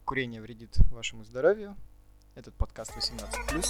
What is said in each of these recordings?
курение вредит вашему здоровью. Этот подкаст 18+.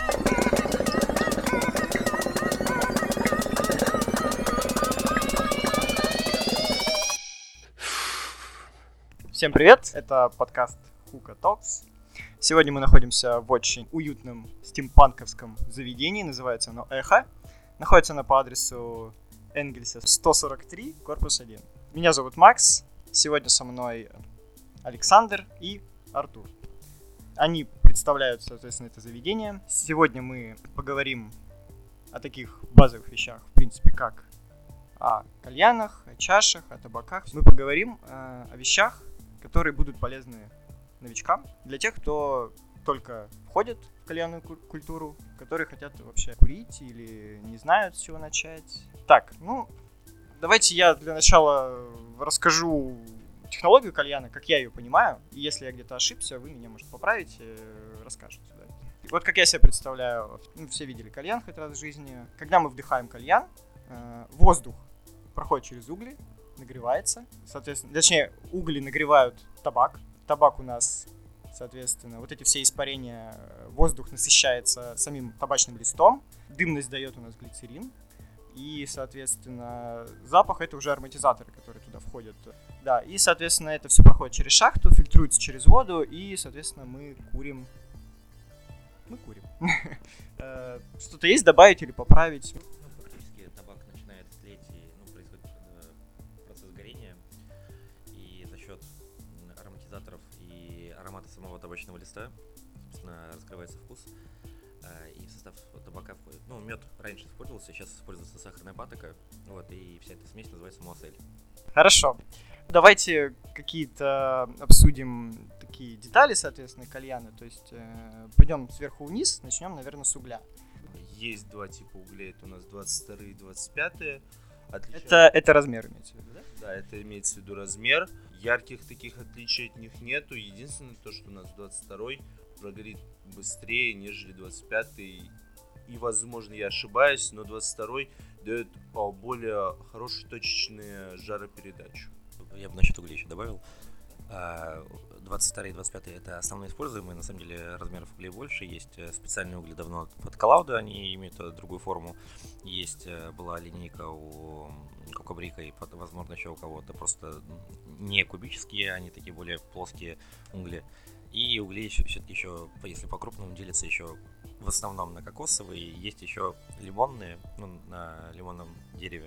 Всем привет, это подкаст Hookah Talks. Сегодня мы находимся в очень уютном стимпанковском заведении, называется оно Эхо. Находится оно по адресу Энгельса 143, корпус 1. Меня зовут Макс, сегодня со мной Александр и Артур. Они представляют, соответственно, это заведение. Сегодня мы поговорим о таких базовых вещах, в принципе, как о кальянах, о чашах, о табаках. Мы поговорим о вещах, которые будут полезны новичкам, для тех, кто только входит в кальянную культуру, которые хотят вообще курить или не знают, с чего начать. Так, давайте я для начала расскажу технологию кальяна, как я ее понимаю. И если я где-то ошибся, вы меня, может, поправите, расскажете. Да? Вот как я себе представляю, все видели кальян хоть раз в жизни. Когда мы вдыхаем кальян, воздух проходит через угли, нагревается. Соответственно, точнее, угли нагревают табак. Табак у нас, соответственно, вот эти все испарения, воздух насыщается самим табачным листом. Дымность дает у нас глицерин. И, соответственно, запах — это уже ароматизаторы, которые туда входят. Да, и, соответственно, это все проходит через шахту, фильтруется через воду, и, соответственно, мы курим. Что-то есть добавить или поправить? Фактически табак начинает тлеть, и происходит процесс горения. И за счет ароматизаторов и аромата самого табачного листа, собственно, раскрывается вкус. И в состав табака входит. Мед раньше использовался, сейчас используется сахарная патока. И вся эта смесь называется муассель. Хорошо. Давайте какие-то обсудим такие детали, соответственно, кальяна. То есть пойдем сверху вниз, начнем, наверное, с угля. Есть два типа углей. Это у нас 22 и 25. Это размер имеется в виду, да? Да, это имеется в виду размер. Ярких таких отличий от них нету. Единственное то, что у нас 22 прогорит быстрее, нежели 25. И, возможно, я ошибаюсь, но 22 дает более хорошую точечную жаропередачу. Я бы насчет углей еще добавил. 22 и 25 это основные используемые. На самом деле размеров углей больше. Есть специальные угли давно под коллауды, они имеют другую форму. Есть была линейка у Кокабрика и, возможно, еще у кого-то. Просто не кубические, они такие более плоские угли. И угли все-таки еще, если по-крупному, делятся еще в основном на кокосовые. Есть еще лимонные, на лимонном дереве.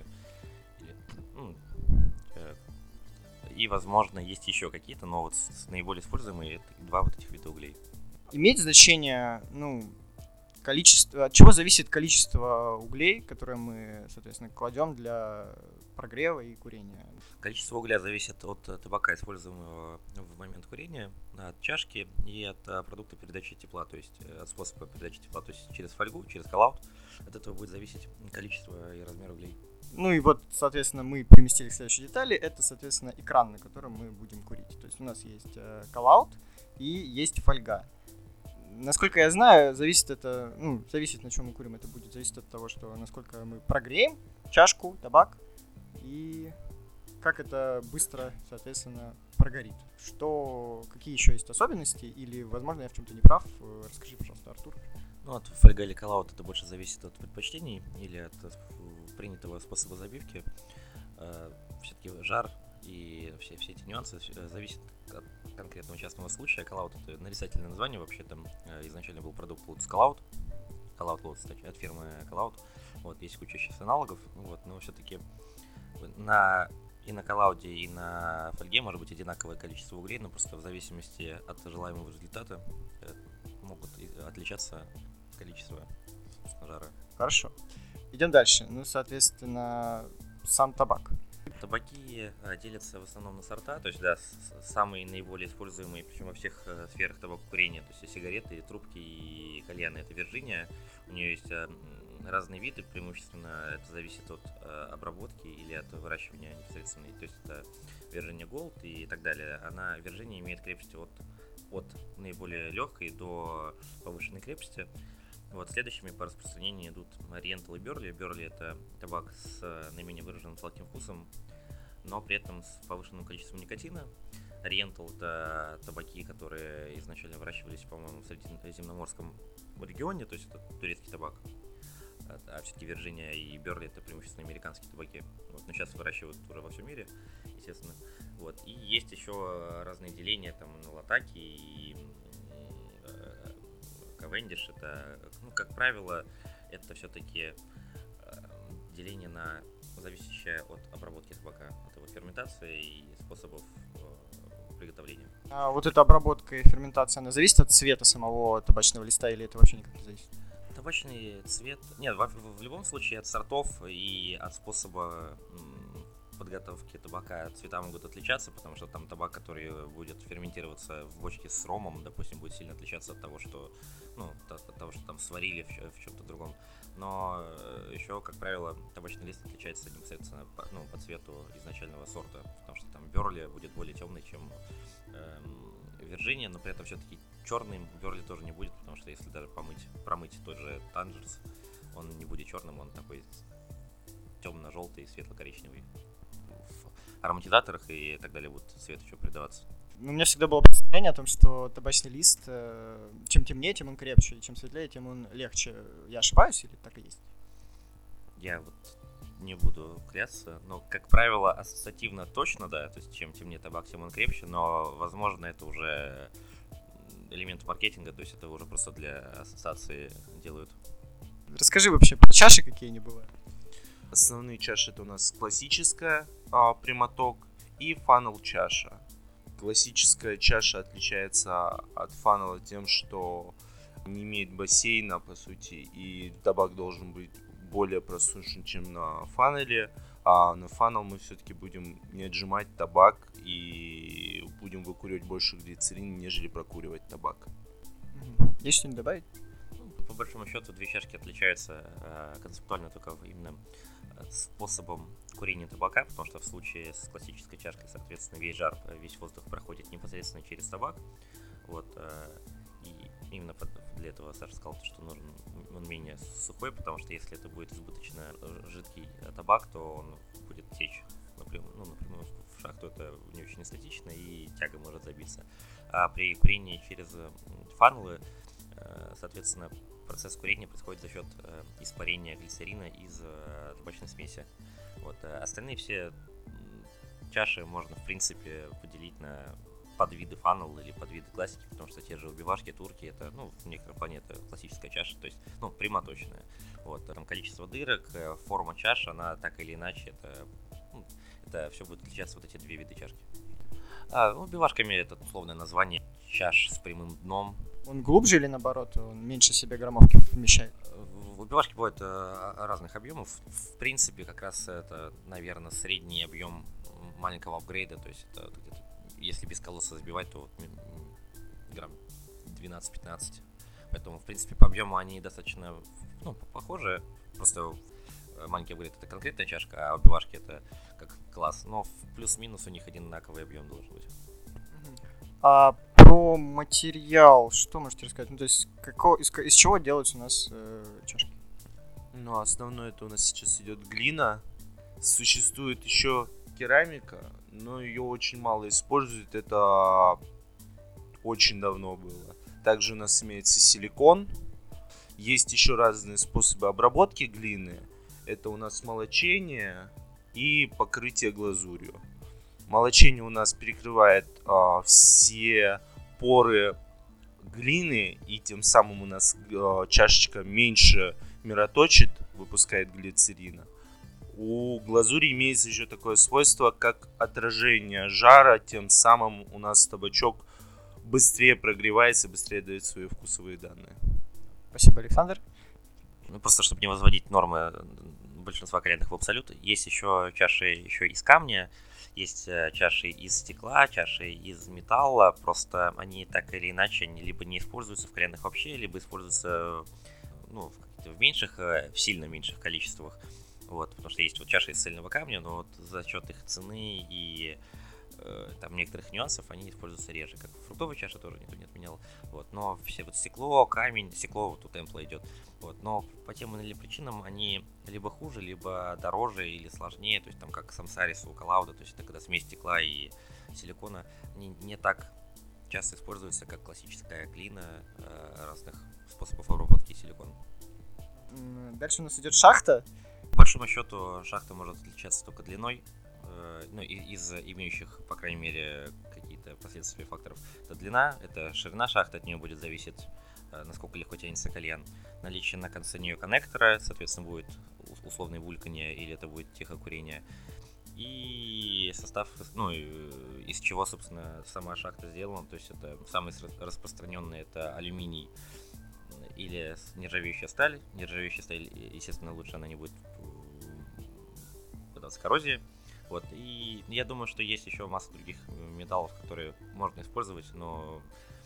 И, возможно, есть еще какие-то, но вот наиболее используемые это два вот этих вида углей. Имеет значение, количество, от чего зависит количество углей, которые мы, соответственно, кладем для прогрева и курения? Количество угля зависит от табака, используемого в момент курения, от чашки и от продукта передачи тепла, то есть от способа передачи тепла, то есть через фольгу, через коллаут. От этого будет зависеть количество и размер углей. И вот, соответственно, мы переместили к следующей детали. Это, соответственно, экран, на котором мы будем курить. То есть у нас есть коллаут и есть фольга. Насколько я знаю, зависит, на чем мы курим, это будет зависеть от того, что насколько мы прогреем чашку, табак и как это быстро, соответственно, прогорит. Какие еще есть особенности или, возможно, я в чем-то не прав? Расскажи, пожалуйста, Артур. От фольга или коллаут это больше зависит от предпочтений или от принятого способа забивки. Все-таки жар и все эти нюансы зависят от конкретного частного случая. Коллаут — это нарицательное название. Вообще там изначально был продукт Lutz Коллаут. Коллаут Lutz, кстати, от фирмы Коллаут. Есть куча сейчас аналогов. Но все-таки и на коллауде, и на фольге может быть одинаковое количество углей, но просто в зависимости от желаемого результата могут отличаться количество жара. Хорошо. Идем дальше. Соответственно, сам табак. Табаки делятся в основном на сорта, то есть, да, самые наиболее используемые, причем во всех сферах табакокурения, то есть и сигареты, и трубки, и кальяны — это Вирджиния. У нее есть разные виды, преимущественно это зависит от обработки или от выращивания непосредственно, то есть это Virginia Gold и так далее. Вирджиния имеет крепость от наиболее легкой до повышенной крепости. Следующими по распространению идут Oriental и Burley. Burley — это табак с наименее выраженным сладким вкусом, но при этом с повышенным количеством никотина. Oriental — это табаки, которые изначально выращивались, по-моему, в Средиземноморском регионе, то есть это турецкий табак. А все-таки Вирджиния и Берли — это преимущественно американские табаки. Вот, но сейчас выращивают уже во всем мире, естественно. Вот. И есть еще разные деления, там, латаки и Кавендиш. Это, ну, как правило, это все-таки деление на зависящее от обработки табака. Это вот ферментация и способов приготовления. А вот эта обработка и ферментация, она зависит от цвета самого табачного листа или это вообще никак не зависит? Табачный цвет... Нет, в любом случае от сортов и от способа подготовки табака цвета могут отличаться, потому что там табак, который будет ферментироваться в бочке с ромом, допустим, будет сильно отличаться от того, что, ну, от того, что там сварили в чем-то другом. Но еще, как правило, табачный лист отличается непосредственно по цвету изначального сорта, потому что там Берли будет более темный, чем Вирджиния, но при этом все-таки черным Берли тоже не будет, потому что если даже промыть тот же Танжерс, он не будет черным, он такой темно-желтый, светло-коричневый. В ароматизаторах и так далее будет цвет еще придаваться. Ну, у меня всегда было представление о том, что табачный лист, чем темнее, тем он крепче, и чем светлее, тем он легче. Я ошибаюсь или так и есть? Я вот не буду клясться, но, как правило, ассоциативно точно, да, то есть чем темнее табак, тем он крепче, но, возможно, это уже элемент маркетинга, то есть это уже просто для ассоциации делают. Расскажи вообще про чаши, какие они бывают. Основные чаши — это у нас классическая прямоток и фанел чаша. Классическая чаша отличается от фанела тем, что не имеет бассейна, по сути, и табак должен быть более просушен, чем на фанеле. А на фанел мы все-таки будем не отжимать табак и будем выкуривать больше глицерина, нежели прокуривать табак. Есть что-нибудь добавить? По большому счету, две чашки отличаются концептуально только именно способом курения табака, потому что в случае с классической чашкой, соответственно, весь жар, весь воздух проходит непосредственно через табак. Вот, и именно для этого Саша сказал, что нужен он менее сухой, потому что если это будет избыточно жидкий табак, то он будет течь напрямую в шахту, это не очень эстетично и тяга может забиться. А при курении через фанелы, соответственно, процесс курения происходит за счет испарения глицерина из табачной смеси. Вот. Остальные все чаши можно, в принципе, поделить на подвиды фанел или подвиды классики, потому что те же убивашки, турки, это, ну, в некотором плане это классическая чаша, то есть, ну, прямоточная. Вот. Там количество дырок, форма чаши, она так или иначе, это все будет отличаться, вот эти две виды чашки. Убивашками это условное название чаш с прямым дном. Он глубже или наоборот, он меньше себе граммовки вмещает? Убивашки бывают разных объемов. В принципе, как раз это, наверное, средний объем маленького апгрейда. То есть это где-то, если без колеса сбивать, то грамм 12-15. Поэтому, в принципе, по объему они достаточно похожи. Просто маленький апгрейд — это конкретная чашка, а убивашки — это как класс. Но в плюс-минус у них одинаковый объем должен быть. А про материал что можете рассказать? Ну, то есть из чего делаются у нас чашки? Ну, основное это у нас сейчас идет глина. Существует еще керамика, но ее очень мало используют. Это очень давно было. Также у нас имеется силикон. Есть еще разные способы обработки глины. Это у нас молочение и покрытие глазурью. Молочение у нас перекрывает все поры глины, и тем самым у нас чашечка меньше мироточит, выпускает глицерина. У глазури имеется еще такое свойство, как отражение жара, тем самым у нас табачок быстрее прогревается, быстрее дает свои вкусовые данные. Спасибо, Александр. Ну, просто чтобы не возводить нормы большинства коллегов в абсолют, есть еще чаши еще из камня, есть чаши из стекла, чаши из металла, просто они так или иначе они либо не используются в кальянах вообще, либо используются в меньших, в сильно меньших количествах. Вот, потому что есть вот чаши из цельного камня, но вот за счет их цены и там некоторых нюансов они используются реже, как фруктовая чаша тоже никто не отменял, вот, но все вот стекло, камень, стекло вот у Темпла идет, вот, но по тем или иным причинам они либо хуже, либо дороже или сложнее, то есть там как Самсарис у Калауда, то есть это когда смесь стекла и силикона, они не так часто используются, как классическая глина разных способов обработки силикона. Дальше у нас идет шахта. По большому счету шахта может отличаться только длиной, ну, из имеющих, по крайней мере, какие-то последствия факторов. Это длина, это ширина шахты, от нее будет зависеть, насколько легко тянется кальян. Наличие на конце нее коннектора, соответственно, будет условное бульканье или это будет тихокурение. И состав, ну, из чего, собственно, сама шахта сделана. То есть это самый распространенный, это алюминий или нержавеющая сталь. Нержавеющая сталь, естественно, лучше она не будет поддаваться коррозии. Вот. И я думаю, что есть еще масса других металлов, которые можно использовать, но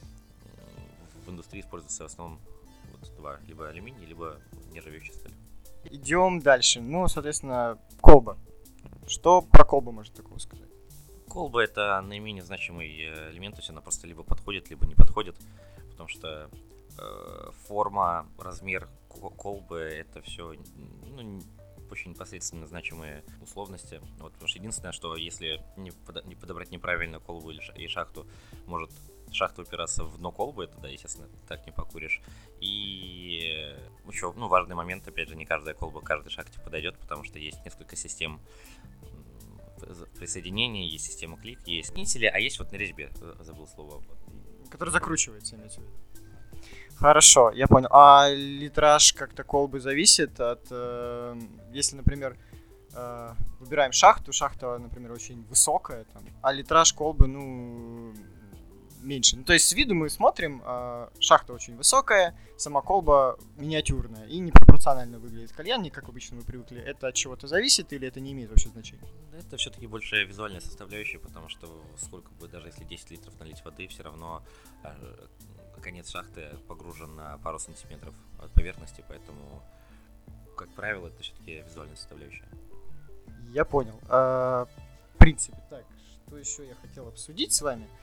в индустрии используются в основном вот два, либо алюминий, либо нержавеющая сталь. Идем дальше. Ну, соответственно, колба. Что про колбу можно такого сказать? Колба — это наименее значимый элемент, то есть она просто либо подходит, либо не подходит, потому что форма, размер колбы — это все, ну, очень непосредственно значимые условности. Вот, потому что единственное, что если не подобрать неправильно колбу и шахту, может шахта упираться в дно колбы, это, да, естественно, так не покуришь. И еще, ну, важный момент, опять же, не каждая колба каждой шахте подойдет, потому что есть несколько систем присоединения, есть система клик, есть нители, а есть вот на резьбе, забыл слово. Который закручивается, имеется в виду. Хорошо, я понял. А литраж как-то колбы зависит от... если, например, выбираем шахту, шахта, например, очень высокая, там, а литраж колбы, ну, меньше. Ну, то есть с виду мы смотрим, шахта очень высокая, сама колба миниатюрная и непропорционально выглядит кальян, не как обычно мы привыкли. Это от чего-то зависит или это не имеет вообще значения? Это все-таки больше визуальная составляющая, потому что сколько бы, даже если 10 литров налить воды, все равно конец шахты погружен на пару сантиметров от поверхности, поэтому, как правило, это все-таки визуальная составляющая. Я понял. В принципе, так, что еще я хотел обсудить с вами?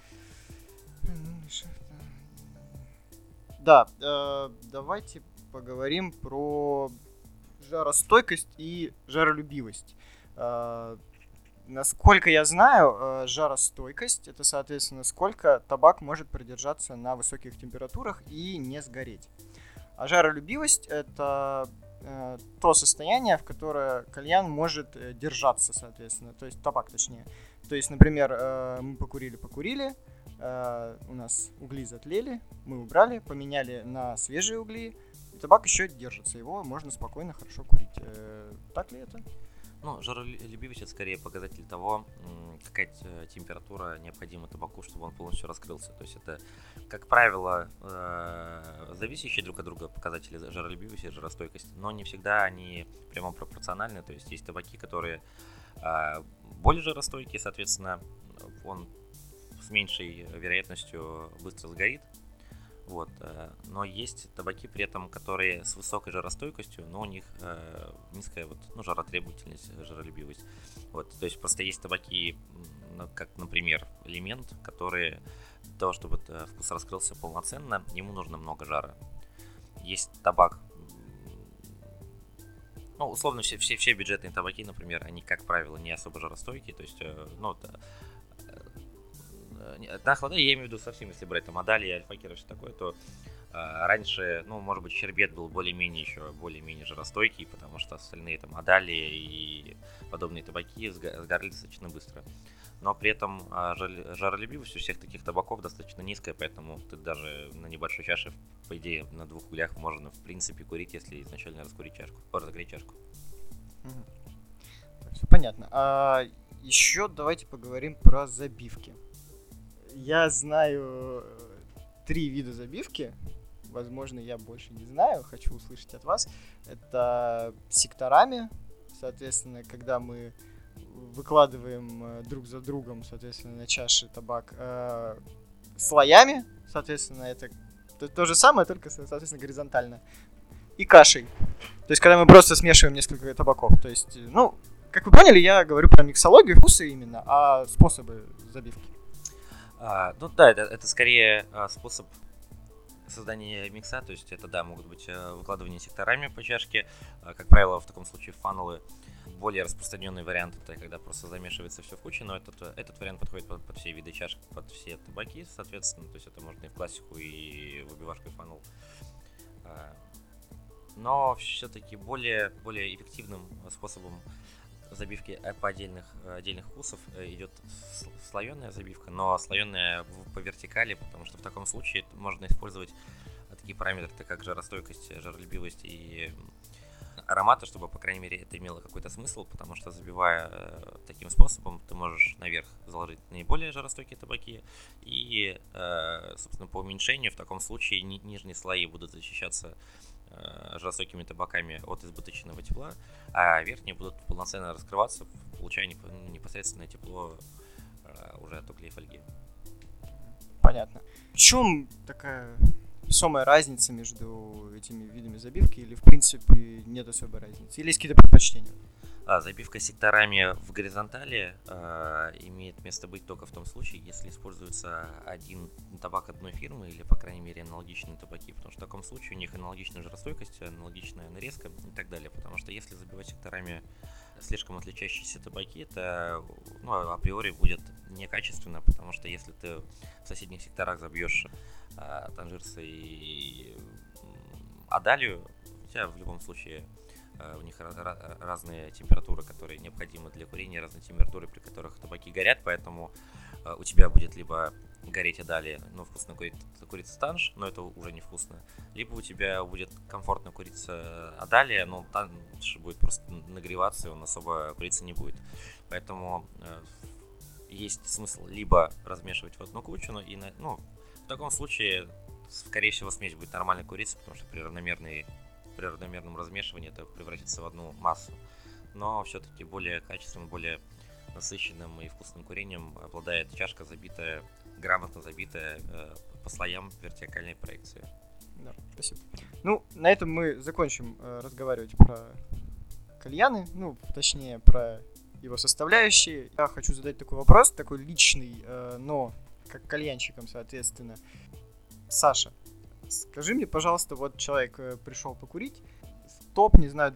Да, давайте поговорим про жаростойкость и жаролюбивость. Насколько я знаю, жаростойкость — это, соответственно, сколько табак может продержаться на высоких температурах и не сгореть. А жаролюбивость — это то состояние, в которое кальян может держаться, соответственно, то есть табак, точнее. То есть, например, мы покурили, у нас угли затлели, мы убрали, поменяли на свежие угли, и табак еще держится, его можно спокойно, хорошо курить. Так ли это? Ну, жаролюбивость — это скорее показатель того, какая температура необходима табаку, чтобы он полностью раскрылся. То есть это, как правило, зависящие друг от друга показатели жаролюбивости и жаростойкости, но не всегда они прямо пропорциональны. То есть есть табаки, которые более жаростойкие, соответственно, он с меньшей вероятностью быстро сгорит. Вот. Но есть табаки при этом, которые с высокой жаростойкостью, но у них низкая вот, ну, жаротребовательность, жаролюбивость. Вот. То есть просто есть табаки, как, например, элемент, который для того, чтобы вкус раскрылся полноценно, ему нужно много жара. Есть табак, ну, условно, все бюджетные табаки, например, они, как правило, не особо жаростойкие, то есть, ну, на холода, я имею в виду совсем, если брать там Адали, Альфакер и все такое, то раньше, ну, может быть, Щербет был более-менее жаростойкий, потому что остальные там Адали и подобные табаки сгорали достаточно быстро. Но при этом жаролюбивость у всех таких табаков достаточно низкая, поэтому ты даже на небольшой чаше, по идее, на 2 углях можно, в принципе, курить, если изначально разогреть чашку. Так, все понятно. А еще давайте поговорим про забивки. Я знаю 3 вида забивки. Возможно, я больше не знаю. Хочу услышать от вас. Это секторами. Соответственно, когда мы выкладываем друг за другом, соответственно, на чаше табак. Слоями. Соответственно, это то же самое, только, соответственно, горизонтально. И кашей. То есть, когда мы просто смешиваем несколько табаков. То есть, ну, Как вы поняли, я говорю про миксологию, вкусы именно, а способы забивки. Ну да, это скорее способ создания микса, то есть это, да, могут быть выкладывания секторами по чашке. Как правило, в таком случае фанелы более распространенный вариант, это когда просто замешивается все в куче, но этот вариант подходит под все виды чашек, под все табаки, соответственно, то есть это можно и в классику, и в выбивашку, и фанел. Но все-таки более эффективным способом забивки по отдельных вкусов идет слоеная забивка, но слоеная по вертикали, потому что в таком случае можно использовать такие параметры, как жаростойкость, жаролюбивость и ароматы, чтобы, по крайней мере, это имело какой-то смысл, потому что, забивая таким способом, ты можешь наверх заложить наиболее жаростойкие табаки, и, собственно, по уменьшению в таком случае нижние слои будут защищаться жаростойкими табаками от избыточного тепла, а верхние будут полноценно раскрываться, получая непосредственное тепло уже от углей фольги. Понятно. В чем такая весомая разница между этими видами забивки, или в принципе нет особой разницы? Или есть какие-то предпочтения? Забивка секторами в горизонтали имеет место быть только в том случае, если используется один табак одной фирмы или, по крайней мере, аналогичные табаки, потому что в таком случае у них аналогичная жаростойкость, аналогичная нарезка и так далее, потому что если забивать секторами слишком отличающиеся табаки, это априори будет некачественно, потому что если ты в соседних секторах забьешь Танжирса и Адалию, у тебя в любом случае у них разные температуры, которые необходимы для курения, разные температуры, при которых табаки горят, поэтому у тебя будет либо гореть Адалия, но вкусно куриться Танж, но это уже невкусно, либо у тебя будет комфортно куриться Адалия, но Танж будет просто нагреваться, и он особо куриться не будет. Поэтому есть смысл либо размешивать в одну кучу, в таком случае, скорее всего, смесь будет нормально куриться, потому что при равномерном размешивании это превратится в одну массу. Но все-таки более качественным, более насыщенным и вкусным курением обладает чашка, грамотно забитая по слоям вертикальной проекции. Да, спасибо. На этом мы закончим разговаривать про кальяны, точнее, про его составляющие. Я хочу задать такой вопрос, такой личный, но как кальянщикам, соответственно. Саша, скажи мне, пожалуйста, вот человек пришел покурить, топ,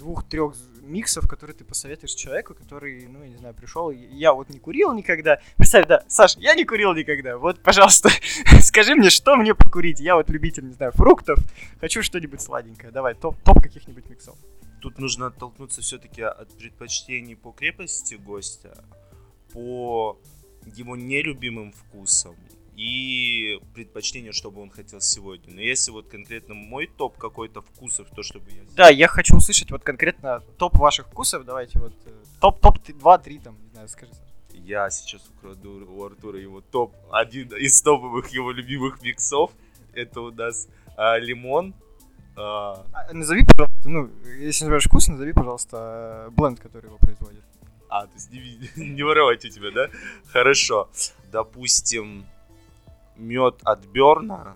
2-3 миксов, которые ты посоветуешь человеку, который, пришел, я вот не курил никогда. Представь, да, Саш, я не курил никогда, вот, пожалуйста, скажи мне, что мне покурить, я вот любитель, фруктов, хочу что-нибудь сладенькое, давай, топ каких-нибудь миксов. Тут нужно оттолкнуться все-таки от предпочтений по крепости гостя, по его нелюбимым вкусам и предпочтению, что бы он хотел сегодня. Но если вот конкретно мой топ какой-то вкусов, то чтобы я... Да, я хочу услышать вот конкретно топ ваших вкусов, давайте вот топ 2-3 там, скажи, Саша. Я сейчас украду у Артура его один из топовых его любимых миксов. Это у нас лимон. Назови, пожалуйста, если называешь вкус, назови, пожалуйста, бленд, который его производит. То есть не воровать у тебя, да? Хорошо. Допустим, мед от Берна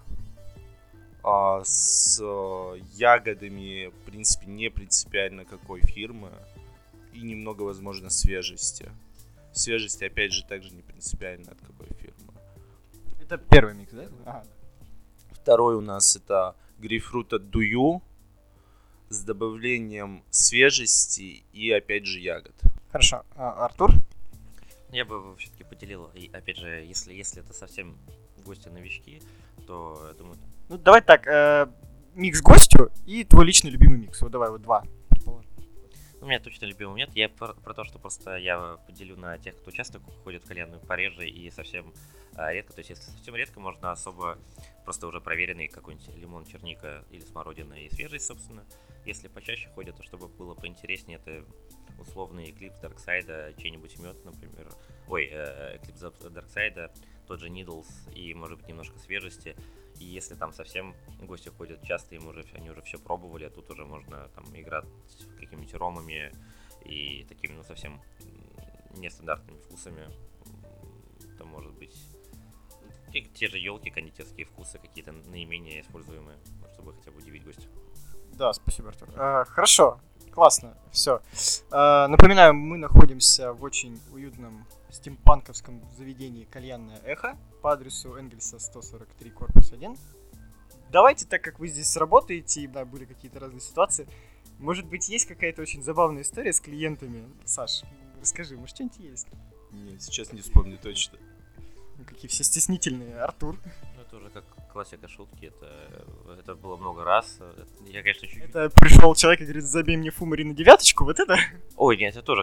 с ягодами, в принципе, не принципиально какой фирмы. И немного, возможно, свежести. Свежесть, опять же, также не принципиально от какой фирмы. Это первый микс, да? Ага. Второй у нас это грейпфрут от Дую с добавлением свежести и, опять же, ягод. Хорошо. Артур? Я бы все-таки поделил, и опять же, если это совсем гости-новички, то я думаю... Давай так, микс гостю и твой личный любимый микс. Вот давай, вот 2, предположим. У меня точно любимый нет. Я про то, что просто я поделю на тех, кто часто ходит в кальянную, пореже и совсем редко. То есть, если совсем редко, можно особо просто уже проверенный какой-нибудь лимон, черника или смородина и свежий, собственно. Если почаще ходят, то чтобы было поинтереснее, это условный Eclipse Darkside, чей-нибудь мед, например. Eclipse Darkside, тот же Needles и, может быть, немножко свежести. И если там совсем гости ходят часто, они уже все пробовали, а тут уже можно там играть какими-нибудь ромами и такими, совсем нестандартными вкусами. Это может быть те же елки, кондитерские вкусы, какие-то наименее используемые, чтобы хотя бы удивить гостя. Да, спасибо, Артур. Хорошо. Классно, все. Напоминаю, мы находимся в очень уютном стимпанковском заведении «Кальянное эхо» по адресу Энгельса 143, корпус 1. Давайте, так как вы здесь работаете, и да, были какие-то разные ситуации, может быть, есть какая-то очень забавная история с клиентами? Саш, расскажи, может, что-нибудь есть? Нет, сейчас не вспомню точно. Ну, какие все стеснительные. Артур. Ну, это уже как классика шутки, это было много раз. Я, конечно, чуть-чуть... Это пришел человек и говорит, забей мне фумари на 9, вот это? Ой, нет, это тоже...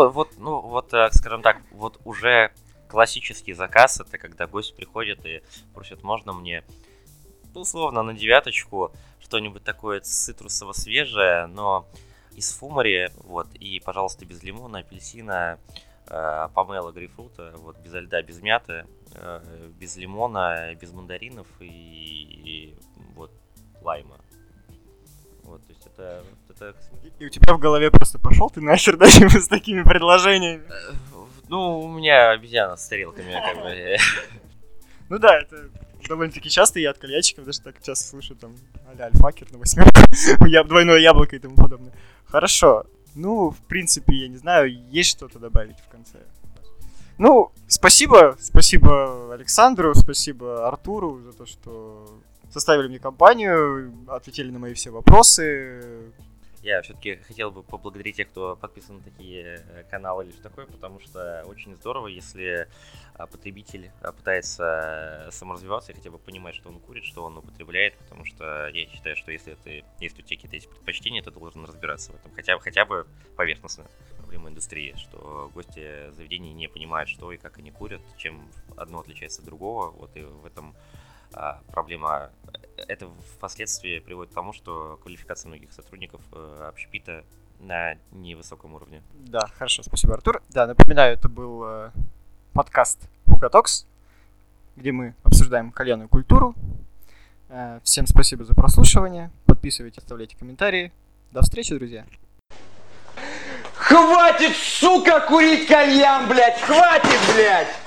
Скажем так, вот уже классический заказ, это когда гость приходит и просит, можно мне, условно, на 9 что-нибудь такое цитрусово-свежее, но из фумари, вот, и, пожалуйста, без лимона, апельсина, помело, грейпфрута, вот, без льда, без мяты, без лимона, без мандаринов и вот лайма. Вот, то есть это... И у тебя в голове просто пошел ты нахер, да, с такими предложениями? Ну, у меня обезьяна с тарелками, как бы. Ну да, это довольно-таки часто я от кальянщиков даже так часто слышу, там, а-ля альфакер на 8, двойное яблоко и тому подобное. Хорошо. Ну, в принципе, я не знаю, есть что-то добавить в конце? Ну, спасибо Александру, спасибо Артуру за то, что составили мне компанию, ответили на мои все вопросы. Я все-таки хотел бы поблагодарить тех, кто подписан на такие каналы или что такое, потому что очень здорово, если потребитель пытается саморазвиваться и хотя бы понимать, что он курит, что он употребляет, потому что я считаю, что если у тебя какие-то есть предпочтения, ты должен разбираться в этом, хотя бы поверхностно. Проблема индустрии, что гости заведений не понимают, что и как они курят, чем одно отличается от другого, вот и в этом проблема. Это впоследствии приводит к тому, что квалификация многих сотрудников общепита на невысоком уровне. Да, хорошо, спасибо, Артур. Да, напоминаю, это был подкаст Hookah Talks, где мы обсуждаем кальянную культуру. Всем спасибо за прослушивание. Подписывайтесь, оставляйте комментарии. До встречи, друзья. Хватит, сука, курить кальян, блядь! Хватит, блядь!